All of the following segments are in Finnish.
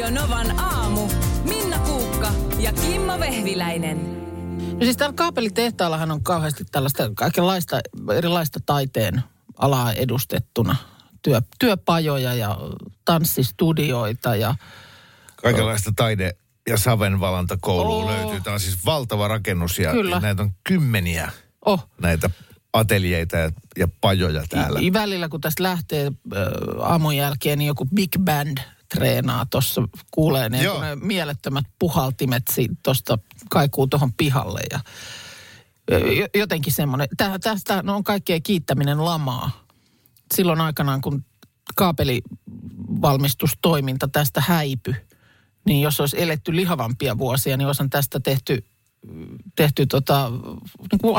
Radio Novan aamu. Minna Kuukka ja Kimmo Vehviläinen. No siis täällä kaapelitehtaallahan on kauheasti tällaista kaikenlaista erilaista taiteen alaa edustettuna. Työpajoja ja tanssistudioita ja... Kaikenlaista taide- ja savenvalantakoulua löytyy. Tämä on siis valtava rakennus ja näitä on kymmeniä näitä ateljeita ja pajoja täällä. Välillä kun tästä lähtee aamun jälkeen, niin joku big band treenaa tuossa. Kuulee ne mielettömät puhaltimet tuosta kaikuu tuohon pihalle ja jotenkin semmoinen. Tästä on kaikkea kiittäminen lamaa. Silloin aikanaan, kun kaapelivalmistustoiminta tästä häipyi, niin jos olisi eletty lihavampia vuosia, niin olisi tästä tehty niin kuin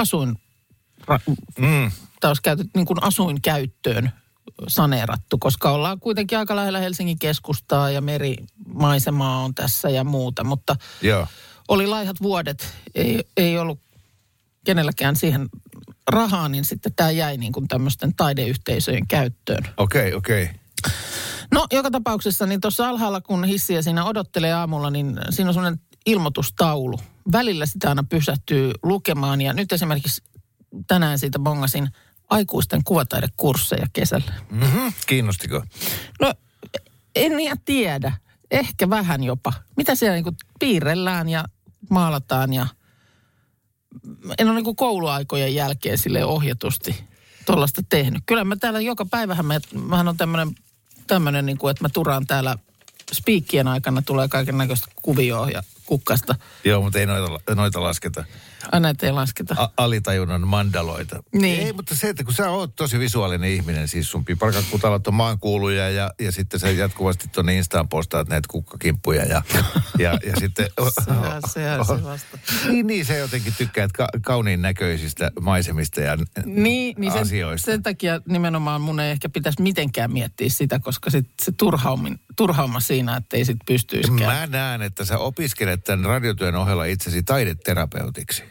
tai olisi käytetty niin kuin asuinkäyttöön saneerattu, koska ollaan kuitenkin aika lähellä Helsingin keskustaa ja merimaisemaa on tässä ja muuta, mutta oli laihat vuodet, ei ollut kenelläkään siihen rahaa, niin sitten tämä jäi niin kuin tämmöisten taideyhteisöjen käyttöön. Okei. No, joka tapauksessa, niin tuossa alhaalla, kun hissiä siinä odottelee aamulla, niin siinä on semmoinen ilmoitustaulu. Välillä sitä aina pysähtyy lukemaan, ja nyt esimerkiksi tänään siitä bongasin aikuisten kuvataidekursseja kesällä. Kiinnostiko? No, en tiedä. Ehkä vähän jopa. Mitä siellä niin kuin piirrellään ja maalataan ja... En ole niin kuin kouluaikojen jälkeen silleen ohjatusti tuollaista tehnyt. Kyllä mä täällä joka päivähän mähän on tämmöinen niin kuin, että mä turaan täällä spiikkien aikana tulee kaiken näköistä kuvioa ja kukkasta. Joo, mutta ei noita lasketa. Näitä ei lasketa. Alitajunnan mandaloita. Niin. Ei, mutta se, että kun sä oot tosi visuaalinen ihminen, siis sun piparkat kutalat on maankuuluja ja sitten sä jatkuvasti tuonne Instaan postaat näitä kukkakimppuja ja sitten... se vasta. Niin se jotenkin tykkää, että kauniin näköisistä maisemista ja asioista. Sen takia nimenomaan mun ei ehkä pitäisi mitenkään miettiä sitä, koska se turhauma siinä, että ei sit pystyisikään. Mä näen, että sä opiskelet tämän radiotyön ohella itsesi taideterapeutiksi.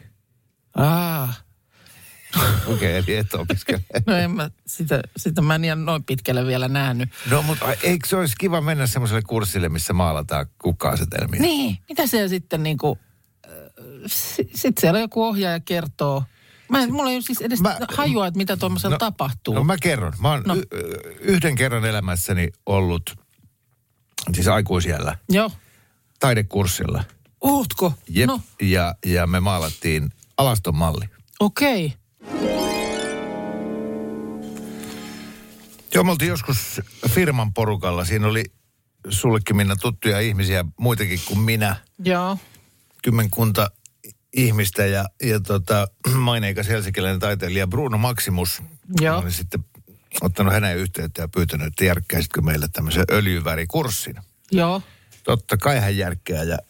Okei, eli et opiskele. No en mä, sitä mä en ihan noin pitkälle vielä nähnyt. No, mutta eikö se olisi kiva mennä semmoiselle kurssille, missä maalataan kukka-asetelmia? Niin, mitä siellä sitten niinku, sitten siellä joku ohjaaja kertoo. Mulla ei ole siis edes hajua, että mitä tuommoisella tapahtuu. No mä kerron. Mä oon yhden kerran elämässäni ollut, siis aikuisiällä. Joo. Taidekurssilla. Ootko? Jep. No. Ja me maalattiin alaston malli. Okei. Joo, me oltiin joskus firman porukalla. Siinä oli sullekin, Minna, tuttuja ihmisiä, muitakin kuin minä. Joo. Kymmenkunta ihmistä ja maineikas helsinkiläinen taiteilija Bruno Maximus. Joo. Oli sitten ottanut hänen yhteyttä ja pyytänyt, että järkkäisitkö meille tämmöisen öljyvärikurssin. Joo. Totta kai hän järkkää ja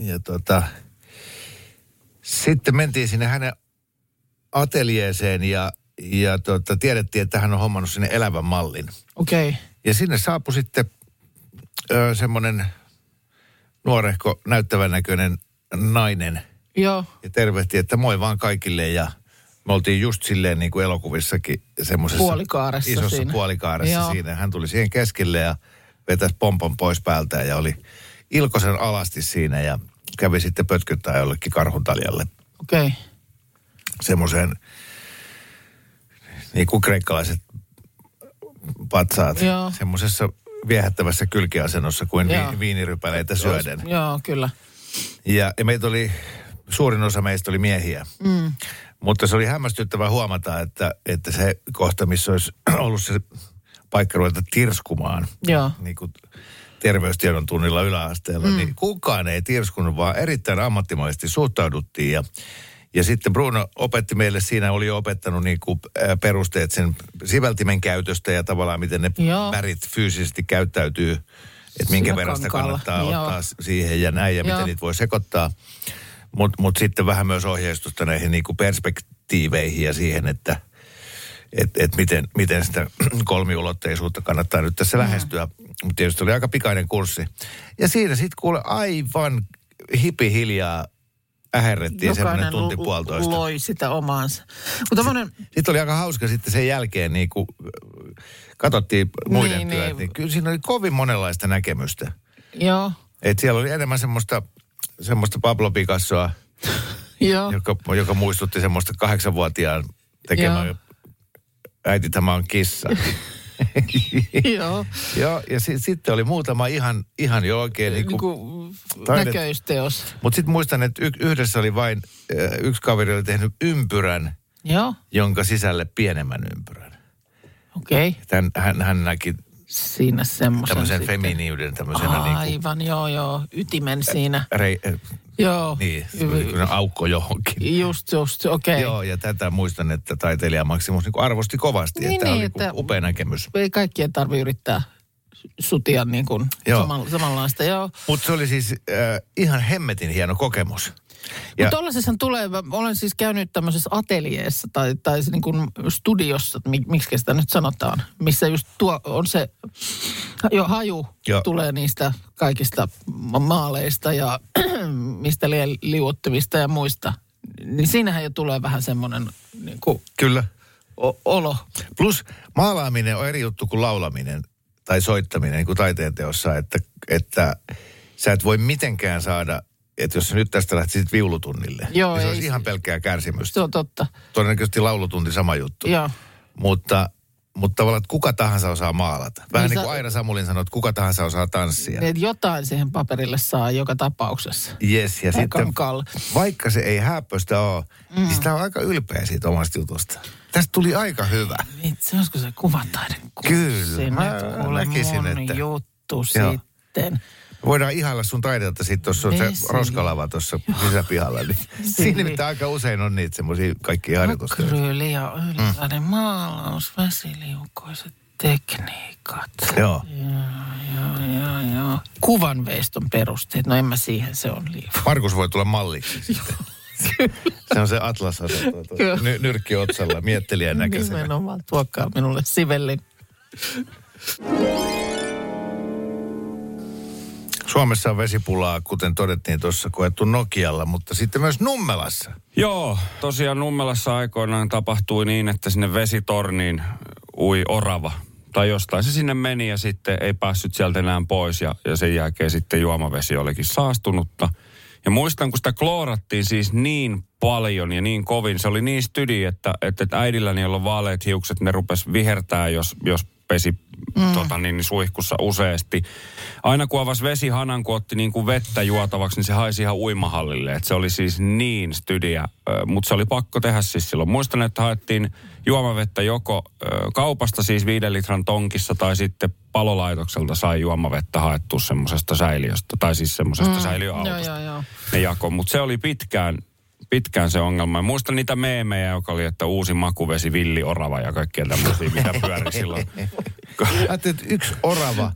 sitten mentiin sinne hänen ateljeeseen ja tiedettiin, että hän on hommannut sinne elävän mallin. Okei. Ja sinne saapui sitten semmoinen nuorehko, näyttävän näköinen nainen. Joo. Ja tervehti, että moi vaan kaikille ja me oltiin just silleen niin kuin elokuvissakin semmoisessa isossa puolikaaressa siinä. Hän tuli siihen keskelle ja vetäisi pompon pois päältään ja oli ilkoisen alasti siinä ja kävi sitten pötkyttää jollekin karhuntaljalle. Okei. Semmoiseen niin kuin kreikkalaiset patsaat. Semmoisessa viehättävässä kylkiasennossa kuin viinirypäleitä syöden. Joo, kyllä. Ja meitä oli, suurin osa meistä oli miehiä. Mutta se oli hämmästyttävää huomata, että se kohta, missä olisi ollut se paikka ruveta tirskumaan, niin kuin terveystiedon tunnilla yläasteella, niin kukaan ei tirskunut, vaan erittäin ammattimaisesti suhtauduttiin. Ja sitten Bruno opetti meille, siinä oli jo opettanut niin kuin perusteet sen siveltimen käytöstä ja tavallaan miten ne värit fyysisesti käyttäytyy, että minkä verran sitä kannattaa ottaa siihen ja näin ja miten niitä voi sekoittaa. Mut sitten vähän myös ohjeistusta näihin niin kuin perspektiiveihin ja siihen, että miten sitä kolmiulotteisuutta kannattaa nyt tässä lähestyä. Mutta tietysti oli aika pikainen kurssi. Ja siinä sitten kuule aivan hiljaa äherrettiin semmoinen tunti puolitoista. Loi sitä omaansa. Sitten oli aika hauska sitten sen jälkeen, niin kun katsottiin muiden työt, niin kyllä siinä oli kovin monenlaista näkemystä. Joo. Et siellä oli enemmän semmoista Pablo Picassoa, Joo. joka muistutti semmoista 8-vuotiaan tekemään äiti, tämä on kissa. Joo. Joo, ja sitten oli muutama ihan jo oikein näköisteos. Mutta sitten muistan, että yhdessä oli vain, yksi kaveri oli tehnyt ympyrän, Joo. jonka sisälle pienemmän ympyrän. Okei. Hän näki siinä semmoisen tämmöisen feminiuden, tämmöisenä aivan, joo. Ytimen siinä. Joo. Niin, aukko johonkin. Just, okei. Joo, ja tätä muistan, että taiteilija Maximus niin arvosti kovasti, että tämä oli että upea näkemys. Ei kaikkien tarvitse yrittää sutia niin kuin samanlaista, joo. Mutta se oli siis ihan hemmetin hieno kokemus. Mutta tollaisessa tulee, olen siis käynyt tämmöisessä ateljeessa tai niin kuin studiossa, miksi sitä nyt sanotaan, missä just on se haju tulee niistä kaikista maaleista ja mistä liuottimista ja muista. Niin siinähän jo tulee vähän semmoinen niin kuin kyllä olo. Plus maalaaminen on eri juttu kuin laulaminen tai soittaminen niin kuin taiteenteossa, että sä et voi mitenkään saada, että jos sä nyt tästä lähtisit viulutunnille, joo, niin se olisi ihan pelkkää kärsimystä. Se on totta. Todennäköisesti laulutunti sama juttu. Joo. Mutta tavallaan, että kuka tahansa osaa maalata. Vähän niin kuin Aira Samulin sanoi, että kuka tahansa osaa tanssia. Että jotain siihen paperille saa joka tapauksessa. Yes, ja sitten vaikka se ei hääppöstä ole, niin sitä on aika ylpeä siitä omasta jutusta. Tästä tuli aika hyvä. Vitsi, olisiko se kuvataiden Kyllä, mä näkisin, että juttu sitten. Voidaan ihailla sun taidetta sitten tuossa on se roskalava tuossa sisäpihalla. Niin siinä nimittäin aika usein on niitä semmoisia kaikkia harjoitusta. Akryyli ja yliväinen maalaus, vesiliukoiset tekniikat. Joo. Joo. Kuvanveiston perusteet, no en mä siihen, se on liiva. Markus voi tulla malliksi sitten. Se on se atlas nyrkki otsalla, miettelijän näköisenä. Nimenomaan tuokkaa minulle sivellin. Suomessa on vesipulaa, kuten todettiin tuossa, koettu Nokialla, mutta sitten myös Nummelassa. Joo, tosiaan Nummelassa aikoinaan tapahtui niin, että sinne vesitorniin ui orava. Tai jostain se sinne meni ja sitten ei päässyt sieltä enää pois ja sen jälkeen sitten juomavesi olikin saastunutta. Ja muistan, kun sitä kloorattiin siis niin paljon ja niin kovin, se oli niin stydi, että äidilläni, jolla on vaaleat hiukset, ne rupesi vihertää, jos pesi suihkussa useasti. Aina kun avasi vesihanan, kun otti niin kuin vettä juotavaksi, niin se haisi ihan uimahallille. Et se oli siis niin stydiä, mutta se oli pakko tehdä siis silloin. Muistan, että haettiin juomavettä joko kaupasta siis 5 litran tonkissa tai sitten palolaitokselta sai juomavettä haettua semmoisesta säiliöstä tai siis semmoisesta säiliöautosta. Joo. Ne jako, mutta se oli pitkään se ongelma. Ja muistan niitä meemejä, joka oli, että uusi makuvesi, villi orava ja kaikkea tämmöisiä, mitä pyöri silloin. Ajattelin, että yksi orava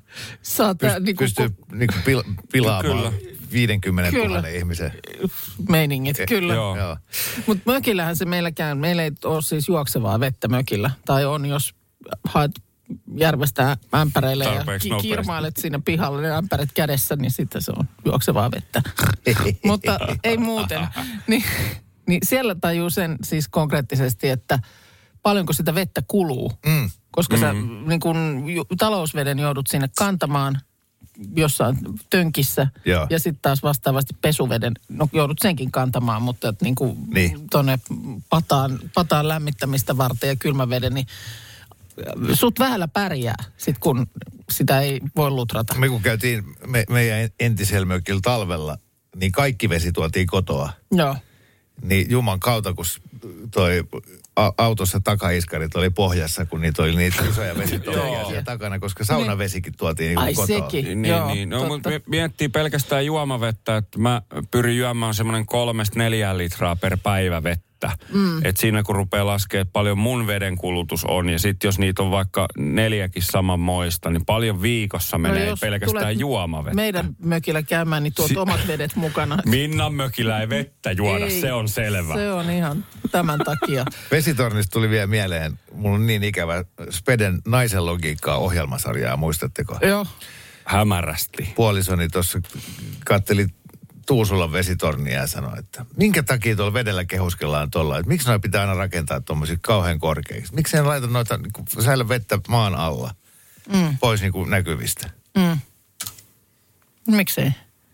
pystyy pilaamaan kyllä 50 000 ihmisen meiningit, kyllä. Joo. Mutta mökillähän se meillä ei ole siis juoksevaa vettä mökillä. Tai on, jos haet järvestä ämpäreille ja kirmailet siinä pihalla ne ämpäret kädessä, niin sitten se on juoksevaa vettä. Mutta ei muuten. Niin siellä tajuu sen siis konkreettisesti, että paljonko sitä vettä kuluu. Koska sä niin kun talousveden joudut sinne kantamaan jossain tönkissä. Joo. Ja sitten taas vastaavasti pesuveden, no joudut senkin kantamaan, mutta niin kuin tuonne pataan lämmittämistä varten ja kylmäveden, niin sut vähällä pärjää, sit kun sitä ei voi lutrata. Me kun käytiin meidän entisellä mökillä talvella, niin kaikki vesi tuotiin kotoa. Joo. Niin juman kautta, kun toi autossa takaiskarit oli pohjassa, kun niitä oli niitä isoja vesitoveja siellä takana, koska saunavesikin tuotiin niin kotoa. Ai sekin, niin. No, mutta miettii pelkästään juomavettä, että mä pyrin juomaan semmoinen 3-4 litraa per päivä vettä. Että siinä kun rupeaa laskemaan, paljon mun veden kulutus on, ja sitten jos niitä on vaikka 4 samanmoista, niin paljon viikossa menee pelkästään juomavettä. Meidän mökillä käymään, niin tuot omat vedet mukana. Minnan mökillä ei vettä juoda, se on selvä. Se on ihan tämän takia. Vesitornista tuli vielä mieleen, mulla on niin ikävä Speden naisen logiikkaa -ohjelmasarjaa, muistatteko? Joo. Hämärästi. Puolisoni tuossa katteli Tuusulan vesitornia ja sanoi, että minkä takia tuolla vedellä kehuskellaan tuolla, että miksi noi pitää aina rakentaa tuommoisia kauhean korkeiksi? Miksi en laita noita säilö vettä maan alla pois näkyvistä? Miksei?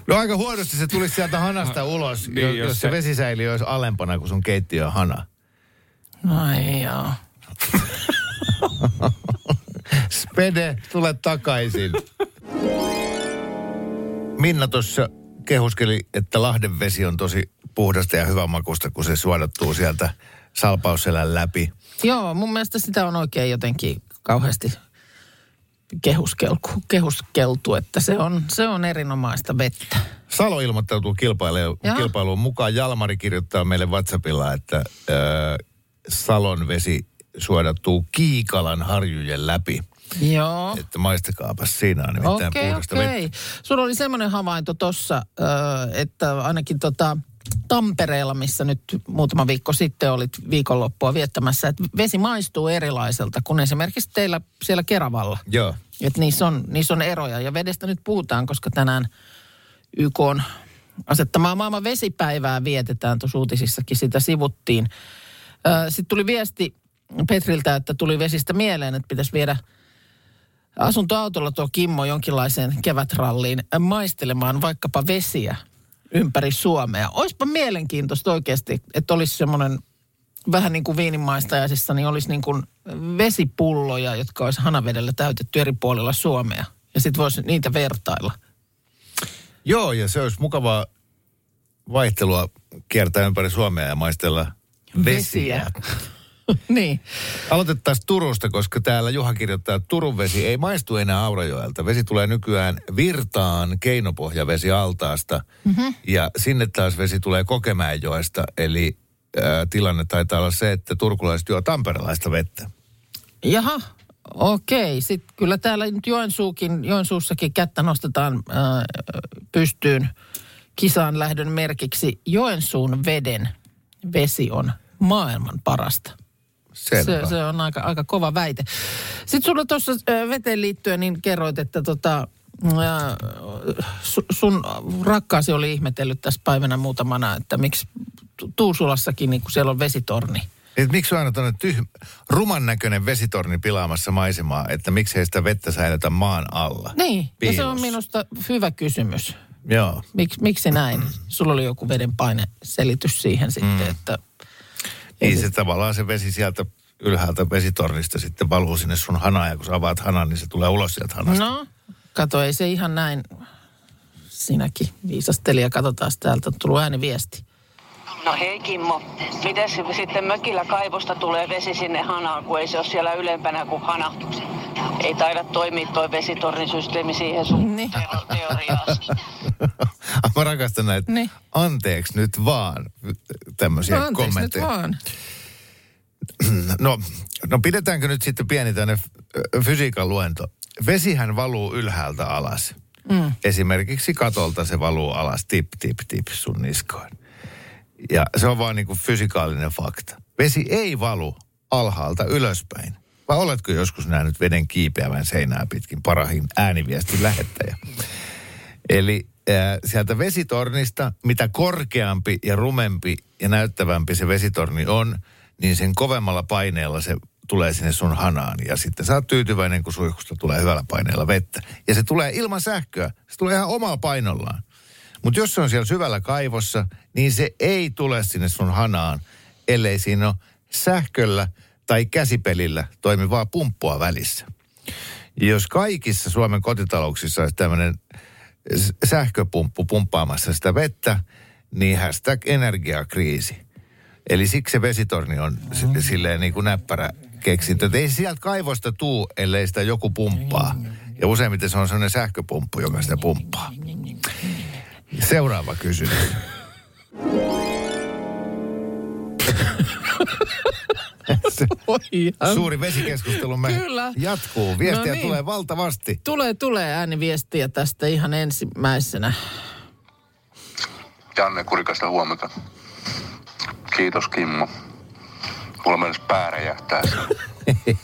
No aika huonosti se tulisi sieltä hanasta ulos, Niin, jos se vesisäiliö olisi alempana kuin sun keittiön hana. Ai joo. Spede, tule takaisin. Minna tuossa kehuskeli, että Lahden vesi on tosi puhdasta ja hyvänmakuista, kun se suodattuu sieltä salpausselän läpi. Joo, mun mielestä sitä on oikein jotenkin kauheasti kehuskeltu, että se on erinomaista vettä. Salo ilmoittautuu kilpailuun mukaan. Jalmari kirjoittaa meille WhatsAppilla, että Salon vesi suodattuu Kiikalan harjujen läpi. Joo. Että maistakaapas, siinä on nimittäin puhdasta vettä. Sulla oli semmoinen havainto tossa, että ainakin Tampereella, missä nyt muutama viikko sitten olit viikonloppua viettämässä, että vesi maistuu erilaiselta kuin esimerkiksi teillä siellä Keravalla. Joo. Että niissä on eroja. Ja vedestä nyt puhutaan, koska tänään YK:n asettamaa maailman vesipäivää vietetään. Tuossa uutisissakin sitä sivuttiin. Sitten tuli viesti Petriltä, että tuli vesistä mieleen, että pitäisi viedä asuntoautolla tuo Kimmo jonkinlaiseen kevätralliin maistelemaan vaikkapa vesiä ympäri Suomea. Oispa mielenkiintoista oikeasti, että olisi semmoinen vähän niin kuin viininmaistajaisissa, niin olisi niin kuin vesipulloja, jotka olisi hanavedellä täytetty eri puolilla Suomea. Ja sitten voisi niitä vertailla. Joo, ja se olisi mukavaa vaihtelua kiertää ympäri Suomea ja maistella vesiä. Niin. Aloitettaisiin Turusta, koska täällä Juha kirjoittaa, että Turun vesi ei maistu enää Aurajoelta. Vesi tulee nykyään Virtaan keinopohjavesialtaasta ja sinne taas vesi tulee Kokemäenjoesta. Eli tilanne taitaa olla se, että turkulaiset juo tamperelaista vettä. Jaha, okei. Sitten kyllä täällä nyt Joensuussakin kättä nostetaan pystyyn kisaan lähdön merkiksi. Joensuun veden vesi on maailman parasta. Se on aika kova väite. Sitten sulla tuossa veteen liittyen niin kerroit, että sun rakkaasi oli ihmetellyt tässä päivänä muutamana, että miksi Tuusulassakin niin kun siellä on vesitorni. Et miksi on aina tuonne ruman näköinen vesitorni pilaamassa maisemaa, että miksi ei sitä vettä säilytä maan alla? Niin, piilossa. Ja se on minusta hyvä kysymys. Joo. Miksi näin? Sulla oli joku vedenpaineselitys siihen sitten, että... Niin se tavallaan se vesi sieltä ylhäältä vesitornista sitten valuu sinne sun hanaan, ja kun sä avaat hanan, niin se tulee ulos sieltä hanasta. No, kato, ei se ihan näin. Sinäkin viisasteli ja katsotaan täältä, on tullut ääniviesti. No hei Kimmo, miten sitten mökillä kaivosta tulee vesi sinne hanaan, kun ei se ole siellä ylempänä kuin hanahtuksen? Ei taida toimia toi vesitornisysteemi siihen sun teoriaasi. Mä rakastan näitä. Niin. Anteeksi nyt vaan tämmöisiä kommentteja. Anteeksi nyt vaan. No pidetäänkö nyt sitten pieni tänne fysiikan luento. Vesihän valuu ylhäältä alas. Esimerkiksi katolta se valuu alas, tip, tip, tip sun niskoin. Ja se on vaan niin kuin fysikaalinen fakta. Vesi ei valu alhaalta ylöspäin. Vai oletko joskus nähnyt veden kiipeävän seinää pitkin? Parahin ääniviestin lähettäjä. Eli sieltä vesitornista, mitä korkeampi ja rumempi ja näyttävämpi se vesitorni on, niin sen kovemmalla paineella se tulee sinne sun hanaan. Ja sitten sä oot tyytyväinen, kun suihkusta tulee hyvällä paineella vettä. Ja se tulee ilman sähköä. Se tulee ihan omalla painollaan. Mutta jos se on siellä syvällä kaivossa, niin se ei tule sinne sun hanaan, ellei siinä ole sähköllä tai käsipelillä toimivaa pumppua välissä. Ja jos kaikissa Suomen kotitalouksissa olisi tämmöinen sähköpumppu pumppaamassa sitä vettä, niin #energiakriisi. Eli siksi se vesitorni on silleen niin kuin näppärä keksintö. Ei sieltä kaivosta tuu, ellei sitä joku pumppaa. Ja useimmiten se on sellainen sähköpumppu, joka sitä pumppaa. Seuraava kysymys. Suuri vesikeskustelumme jatkuu. Viestiä tulee valtavasti. Tulee ääniviestiä tästä ihan ensimmäisenä. Janne Kurikasta huomenta. Kiitos Kimmo. Mulla mennessä pää räjähtää sen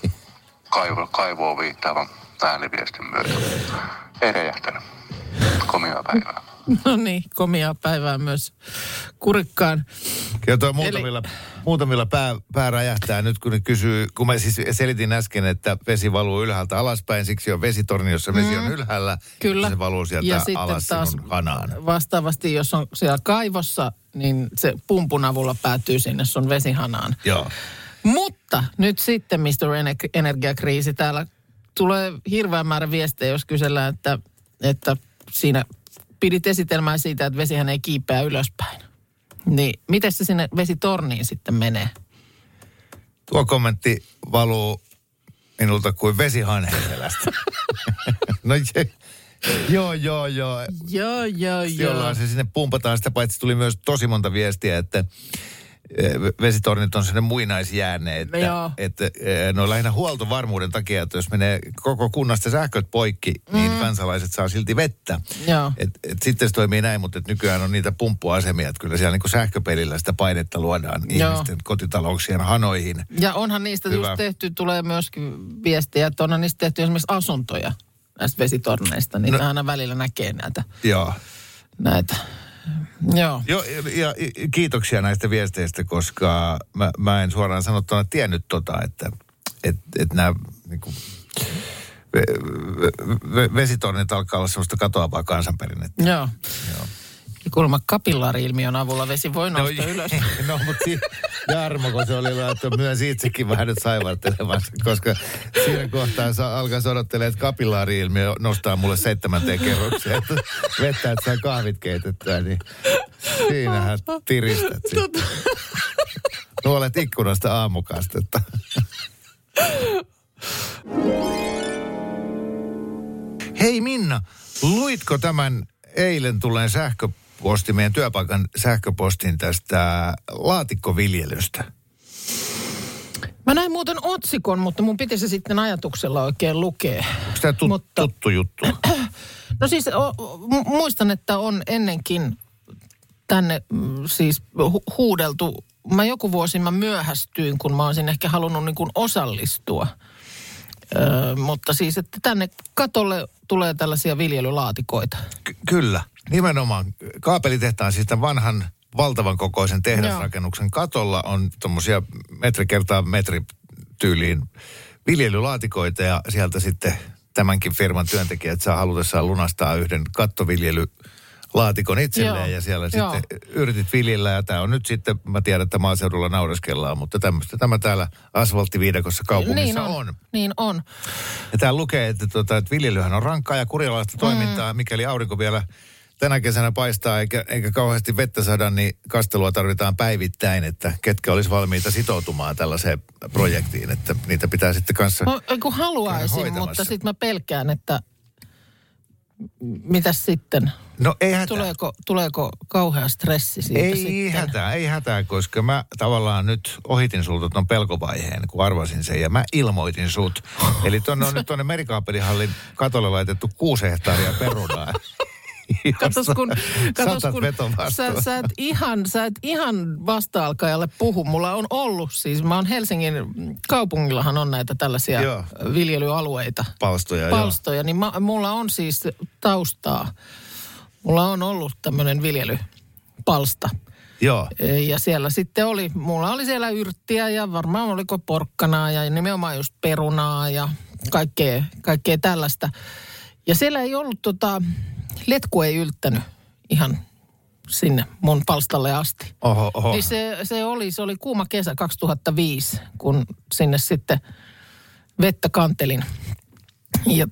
kaivoon viittaavan ääniviestin myötä. Ei räjähtänyt. Komiaa päivää. No niin, komiaa päivää myös Kurikkaan. Ja tuo muutamilla pää räjähtää nyt, kun ne kysyy, kun mä siis selitin äsken, että vesi valuu ylhäältä alaspäin, siksi on vesitorni, jossa vesi on ylhäällä. Kyllä. Se valuu sieltä ja alas sinun hanaan. Vastaavasti, jos on siellä kaivossa, niin se pumpun avulla päätyy sinne sun vesihanaan. Joo. Mutta nyt sitten, Mr. Energiakriisi, täällä tulee hirveän määrä viestejä, jos kysellään, että siinä pidit esitelmää siitä, että vesihän ei kiipeä ylöspäin. Niin, miten se sinne vesitorniin sitten menee? Tuo kommentti valuu minulta kuin vesi hanhen selästä. No joo. Jollain se sinne pumpataan. Sitä paitsi tuli myös tosi monta viestiä, että vesitornit on sinne muinaisjäänne, että ne on lähinnä huoltovarmuuden takia, että jos menee koko kunnasta sähköt poikki, niin kansalaiset saa silti vettä. Et sitten se toimii näin, mutta nykyään on niitä pumppuasemia, että kyllä siellä niin kuin sähköpelillä sitä painetta luodaan ihmisten kotitalouksien hanoihin. Ja onhan niistä just tehty, tulee myöskin viestiä, että onhan niistä tehty esimerkiksi asuntoja näistä vesitorneista, niin aina välillä näkee näitä. Joo. Ja kiitoksia näistä viesteistä, koska mä en suoraan sanottuna tiennyt että nämä niinku, vesitornit alkaa olla sellaista katoavaa kansanperinnettä. Joo. Ja kuulemma kapillaari-ilmiön avulla vesi voi nousta ylös. No, mutta Jarmo, kun se oli laittu myös itsekin vähän nyt saivartelemassa, koska siinä kohtaa alkaa odottelemaan, että kapillaari-ilmiö nostaa mulle 7. kerrokseen. Vettä, että saa kahvit keitettyä, niin siinähän tiristät sitten. Nuolet ikkunasta aamukastetta. Hei Minna, luitko tämän eilen tulleen meidän työpaikan sähköpostin tästä laatikkoviljelystä? Mä näin muuten otsikon, mutta mun piti se sitten ajatuksella oikein lukea. Onko tämä tuttu juttu? No siis muistan, että on ennenkin tänne siis huudeltu. Joku vuosi mä myöhästyin, kun mä olisin ehkä halunnut niin kuin osallistua. Mutta siis, että tänne katolle tulee tällaisia viljelylaatikoita. Kyllä, nimenomaan. Kaapelitehtaan siis tämän vanhan valtavan kokoisen tehdasrakennuksen katolla on tommosia metri kertaa metri tyyliin viljelylaatikoita ja sieltä sitten tämänkin firman työntekijät saa halutessaan lunastaa yhden kattoviljelylaatikon itselleen ja siellä sitten yritit viljellä ja tämä on nyt sitten, mä tiedän, että maaseudulla naureskellaan, mutta tämmöistä tämä täällä asfalttiviidakossa kaupungissa on. Niin on. Ja täällä lukee, että viljelyhän on rankkaa ja kurjalaista toimintaa, mikäli aurinko vielä tänä kesänä paistaa eikä kauheasti vettä saada, niin kastelua tarvitaan päivittäin, että ketkä olisi valmiita sitoutumaan tällaiseen projektiin, että niitä pitää sitten kanssa kun haluaisin, mutta sitten mä pelkään, että mitäs sitten? No ei hätää. Tuleeko kauhea stressi siitä sitten? Ei hätää, koska mä tavallaan nyt ohitin sulta ton pelkovaiheen, kun arvasin sen ja mä ilmoitin sut. Eli on nyt tuonne Merikaapelihallin katolle laitettu 6 hehtaaria perunaa. Katos kun sä et ihan vasta-alkajalle puhu. Mulla on ollut siis, mä oon Helsingin kaupungillahan on näitä tällaisia viljelyalueita. Palstoja, niin mulla on siis taustaa. Mulla on ollut tämmöinen viljelypalsta. Joo. Ja siellä sitten mulla oli siellä yrttiä ja varmaan oliko porkkanaa ja nimenomaan just perunaa ja kaikkea tällaista. Ja siellä ei ollut letku ei yltänyt ihan sinne mun palstalle asti. Oho. Niin se oli kuuma kesä 2005, kun sinne sitten vettä kantelin. Ja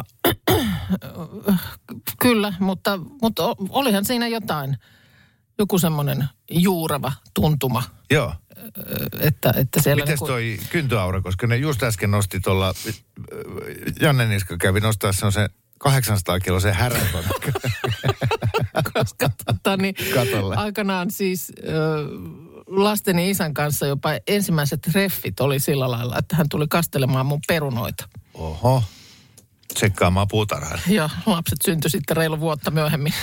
kyllä, mutta olihan siinä joku semmoinen juureva tuntuma. Joo. Että siellä mites toi kyntyaura, koska ne just äsken nosti tuolla, Janne Niska kävi nostaa semmoisen 800 kiloisen härän. Koska aikanaan siis lasteni isän kanssa jopa ensimmäiset treffit oli sillä lailla, että hän tuli kastelemaan mun perunoita. Oho. Tsekkaamaan puutarhaan. Joo, lapset syntyi sitten reilu vuotta myöhemmin.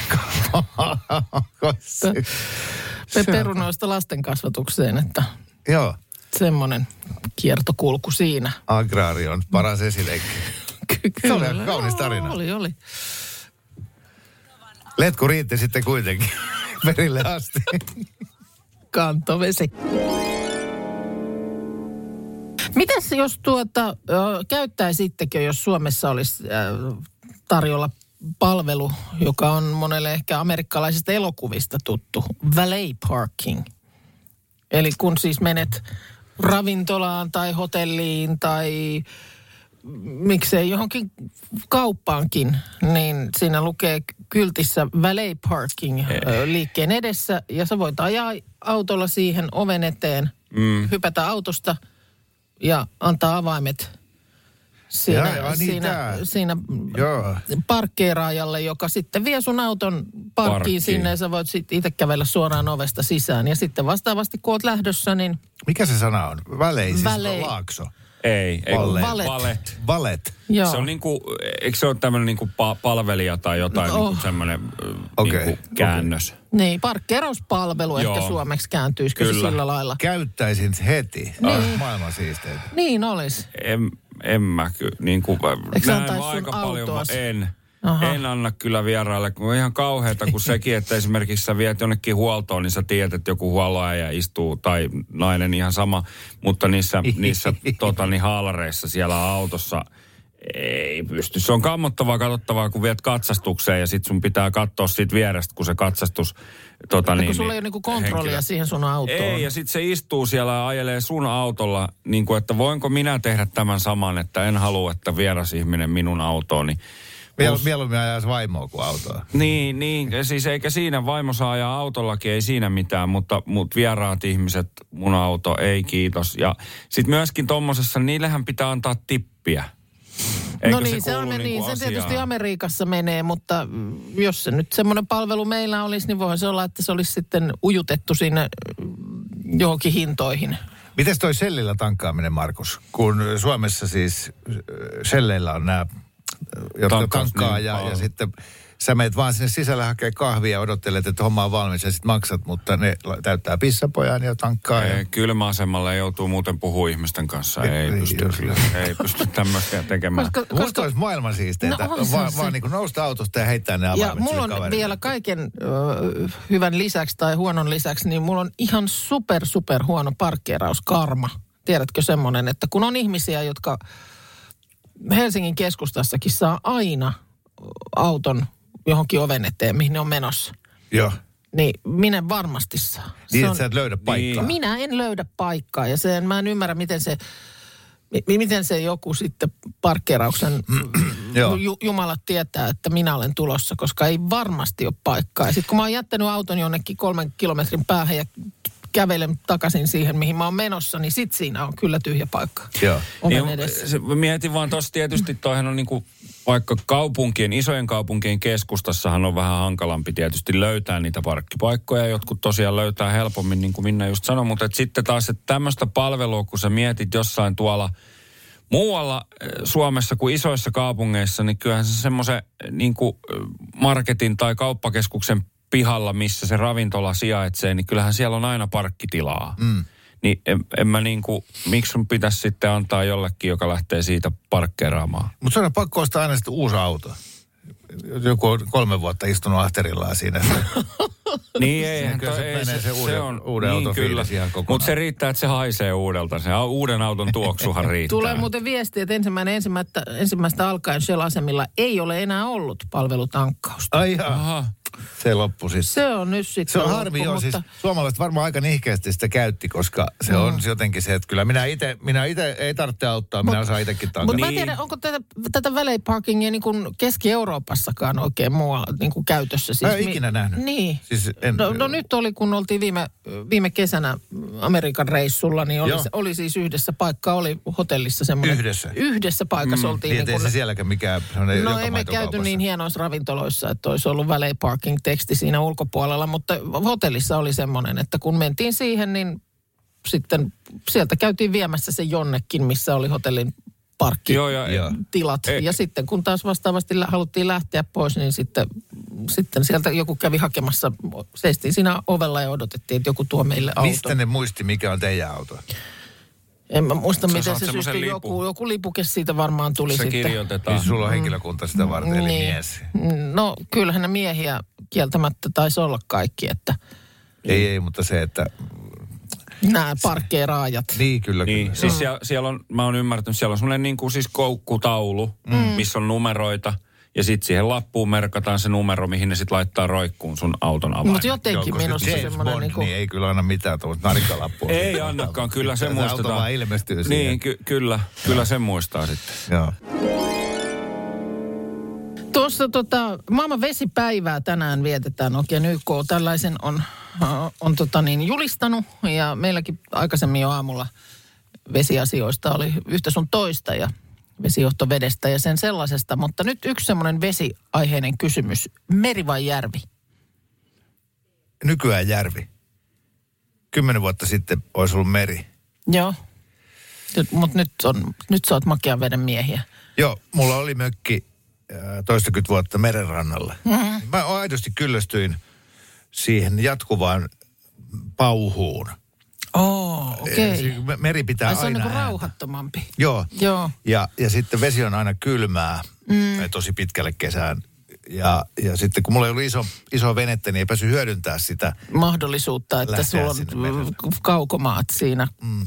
Perunoista lasten kasvatukseen, että joo. Semmoinen kiertokulku siinä. Agraari on paras esileikki. Se oli kaunis tarina. Oli. Letku riitti sitten kuitenkin perille asti. Kantovesi. Mitäs jos käyttäisittekö, jos Suomessa olisi tarjolla palvelu, joka on monelle ehkä amerikkalaisista elokuvista tuttu, valet parking. Eli kun siis menet ravintolaan tai hotelliin tai miksei johonkin kauppaankin, niin siinä lukee kyltissä valet parking liikkeen edessä ja sä voit ajaa autolla siihen oven eteen, hypätä autosta ja antaa avaimet siinä parkkeeraajalle, joka sitten vie sun auton parkkiin sinne ja sä voit sitten itse kävellä suoraan ovesta sisään. Ja sitten vastaavasti kun oot lähdössä, niin... Mikä se sana on? Valet, siis laakso. Ei. Valet. Se on niinku, eikö se ole tämmöinen niinku palvelija tai jotain niinku semmoinen niinku käännös? Niin, parkkeerauspalvelu ehkä suomeksi kääntyisikö se sillä lailla? Käyttäisin heti. Niin. Maailman siisteitä. Niin olisi. En mä kyllä, niinku, näen aika paljon, en anna kyllä vieraille, kun on ihan kauheata, kun sekin, että esimerkiksi sä viet jonnekin huoltoon, niin sä tiedät, että joku huolloäijä istuu, tai nainen ihan sama, mutta niissä haalareissa siellä autossa ei pysty. Se on kammottavaa, katsottavaa, kun viet katsastukseen ja sit sun pitää katsoa siitä vierestä, kun se katsastus... kun sulla ei ole niinku kontrollia siihen sun autoon. Ei, ja sit se istuu siellä ja ajelee sun autolla, niin kuin, että voinko minä tehdä tämän saman, että en halua, että vieras ihminen minun autooni. Mieluummin ajaisi vaimoa kuin autoa. Niin, siis eikä siinä vaimo saa ajaa autollakin, ei siinä mitään, mutta vieraat ihmiset, mun auto, ei kiitos. Ja sitten myöskin tommosessa, niillehän pitää antaa tippiä. Eikö no niin, se tietysti Amerikassa menee, mutta jos se nyt semmoinen palvelu meillä olisi, niin voisi olla, että se olisi sitten ujutettu sinne johonkin hintoihin. Mites toi sellillä tankkaaminen, Markus? Kun Suomessa siis selleillä on nämä... jotka tankkaa ja sitten sä meet vaan sinne sisälle hakee kahvia ja odottelet, että homma on valmis ja sitten maksat, mutta ne täyttää pissapojan ja tankkaa. Kylmäasemalle joutuu muuten puhua ihmisten kanssa. Ei pysty tämmöistä tekemään. Musta olisi maailman siisteitä, vaan niin kuin nousta autosta ja heittää ne avaimet. Ja mulla on kaverille. Vielä kaiken hyvän lisäksi tai huonon lisäksi, niin mulla on ihan super huono parkkeerauskarma. Tiedätkö semmoinen, että kun on ihmisiä, jotka... Helsingin keskustassakin saa aina auton johonkin oven eteen, mihin ne on menossa. Joo. Niin minä varmasti saa. Niin, että sä et löydä paikkaa. Minä en löydä paikkaa ja mä en ymmärrä, miten se joku sitten parkkeerauksen jumalat tietää, että minä olen tulossa, koska ei varmasti ole paikkaa. Ja sitten kun mä oon jättänyt auton jonnekin 3 kilometrin päähän ja kävelen takaisin siihen, mihin mä oon menossa, niin sit siinä on kyllä tyhjä paikka. Joo. Mietin vaan tossa tietysti, toihan on niinku, vaikka isojen kaupunkien keskustassahan on vähän hankalampi tietysti löytää niitä parkkipaikkoja. Jotkut tosiaan löytää helpommin, niin kuin Minna just sanoi, mutta sitten taas, että tämmöistä palvelua, kun sä mietit jossain tuolla muualla Suomessa kuin isoissa kaupungeissa, niin kyllähän se semmoisen niin kuin marketin tai kauppakeskuksen pihalla, missä se ravintola sijaitsee, niin kyllähän siellä on aina parkkitilaa. Niin en mä niinku, miksi sun pitäisi sitten antaa jollekin, joka lähtee siitä parkkeeraamaan? Mutta se on pakko ostaa aina sitten uusi auto. Joku on 3 vuotta istunut ahterilla siinä. Niin eihän se uuden auton fiilis ihan kokonaan. Mutta se riittää, että se haisee uudelta. Se uuden auton tuoksuhan riittää. Tulee muuten viesti, että ensimmäistä alkaen Shell-asemilla ei ole enää ollut palvelutankkausta. Ai aha. Se loppui sitten. Se on nyt sitten. Se on harmi, joo. Siis suomalaiset varmaan aika nihkeästi sitä käytti, koska se on jotenkin se, että kyllä minä itse ei tarvitse auttaa, minä osaan itsekin tankata. Mutta mä en tiedä, onko tätä valet parkingia niin kuin Keski-Euroopassakaan oikein muualla niin kuin käytössä. Siis mä en ikinä nähnyt. Niin. Siis no nyt oli, kun oltiin viime kesänä Amerikan reissulla, niin oli siis yhdessä paikkaa, oli hotellissa semmoinen. Yhdessä paikassa oltiin. Niin, ei se sielläkään mikään. No ei me käyty niin hienoissa ravintoloissa, että olisi ollut valet parking-teksti siinä ulkopuolella, mutta hotellissa oli semmoinen, että kun mentiin siihen, niin sitten sieltä käytiin viemässä se jonnekin, missä oli hotellin parkkitilat. Ja sitten kun taas vastaavasti haluttiin lähteä pois, niin sitten sieltä joku kävi hakemassa, seistiin siinä ovella ja odotettiin, että joku tuo meille auton. Mistä ne muisti, mikä on teidän auto? En mä muista, miten se syysti joku lipuke siitä varmaan tuli se sitten. Kirjoitetaan. Niin sulla on henkilökunta sitä varten, eli mies. No kyllähän ne miehiä kieltämättä taisi olla kaikki, että Ei, mutta se, että... nämä parkkeeraajat. Niin, kyllä. Niin, siis siellä on, mä oon ymmärtänyt, siellä on semmoinen niin kuin siis koukkutaulu, missä on numeroita. Ja sitten siihen lappuun merkataan se numero, mihin ne sitten laittaa roikkuun sun auton avaimen. Mutta jotenkin minusta semmoinen niin ei kyllä anna mitään tuollaista narikkalappua. Ei annakaan, kyllä se muistetaan. Auto vaan ilmestyy siihen. Niin, kyllä se muistaa sitten. Joo. Tuossa maailman vesipäivää tänään vietetään. Oikein YK tällaisen on julistanut. Ja meilläkin aikaisemmin jo aamulla vesiasioista oli yhtä sun toista ja vesijohtovedestä ja sen sellaisesta. Mutta nyt yksi semmoinen vesiaiheinen kysymys. Meri vai järvi? Nykyään järvi. 10 vuotta sitten olisi ollut meri. Joo. Mutta nyt sä oot makean veden miehiä. Joo, mulla oli mökki toistakymmentä vuotta merenrannalla. Mm-hmm. Mä aidosti kyllästyin siihen jatkuvaan pauhuun. Okei. Meri pitää aina se on niin kuin rauhattomampi. Joo. Ja sitten vesi on aina kylmää, tosi pitkälle kesään. Ja sitten kun mulla ei ollut iso venettä, niin ei päässyt hyödyntää sitä mahdollisuutta, että sulla on kaukomaat siinä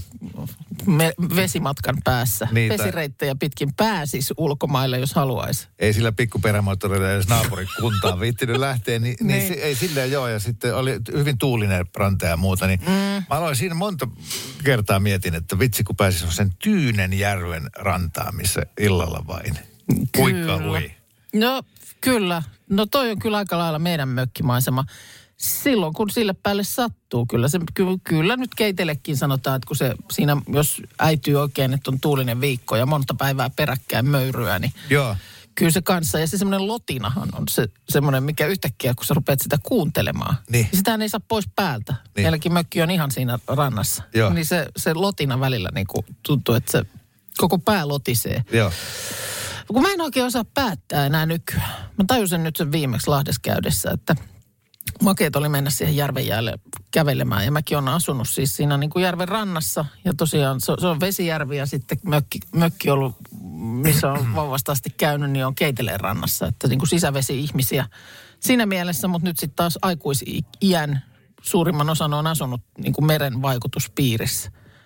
vesimatkan päässä. Niin, vesireittejä pitkin pääsis ulkomaille, jos haluaisi. Ei sillä pikkuperämoottorilla edes naapurikuntaan viittinyt lähteä, niin ei silleen joo. Ja sitten oli hyvin tuulinen ranta ja muuta. Niin mä aloin siinä monta kertaa mietin, että vitsi kun pääsis sen Tyynenjärven rantaan, missä illalla vain. Kuikka hui. No kyllä. No toi on kyllä aika lailla meidän mökkimaisema. Silloin kun sille päälle sattuu, kyllä nyt keitelekin sanotaan, että kun se siinä, jos äityy oikein, että on tuulinen viikko ja monta päivää peräkkäin möyryä, niin joo. Kyllä se kanssa. Ja se semmoinen lotinahan on se semmoinen, mikä yhtäkkiä, kun sä rupeat sitä kuuntelemaan, niin sitähän ei saa pois päältä. Niin. Meilläkin mökki on ihan siinä rannassa. Joo. Niin se lotina välillä niin kuin tuntuu, että se koko pää lotisee. Joo. Kun mä en oikein osaa päättää enää nykyään. Mä tajusin nyt sen viimeksi Lahdessa käydessä, että makeet oli mennä siihen järven jäälle kävelemään. Ja mäkin olen asunut siis siinä niin kuin järven rannassa. Ja tosiaan se on vesijärvi ja sitten mökki ollut, missä on vauvasta asti käynyt, niin on Keiteleen rannassa. Että niin kuin sisävesi-ihmisiä siinä mielessä, mutta nyt sitten taas aikuisiän suurimman osan on asunut niin kuin meren vaikutuspiirissä.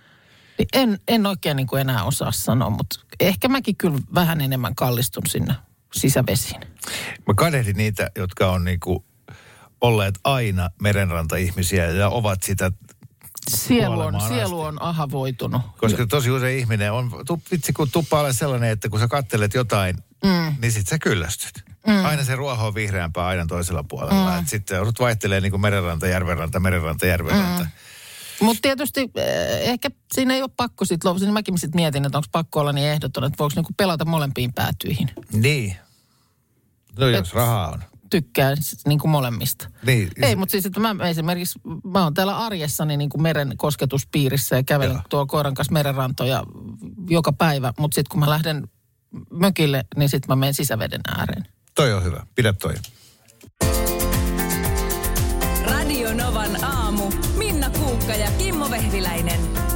En oikein niin kuin enää osaa sanoa, mutta ehkä mäkin kyllä vähän enemmän kallistun sinne sisävesiin. Mä kadehdin niitä, jotka on niin kuin olleet aina merenranta-ihmisiä ja ovat sitä Sielu on ahavoitunut. Koska tosi usein ihminen on, vitsi kun tuppa ole sellainen, että kun sä kattelet jotain, niin sit sä kyllästyt. Aina se ruoho on vihreämpää aina toisella puolella. Sitten joudut vaihtelemaan niin kuin merenranta, järvenranta. Mutta tietysti ehkä siinä ei ole pakko sitten lopuksi. Mäkin sitten mietin, että onko pakko olla niin ehdoton, että voiko niinku pelata molempiin päätyihin. Niin. No jos rahaa on. Tykkään niin kuin molemmista. Niin. Ei, mutta siis, että mä oon täällä arjessani niin kuin meren kosketuspiirissä ja kävelen tuolla koiran kanssa merenrantoja joka päivä. Mutta sitten kun mä lähden mökille, niin sitten mä menen sisäveden ääreen. Toi on hyvä. Pidä toi. Radio Novan aamu. Minna Kuukka ja Kimmo Vehviläinen.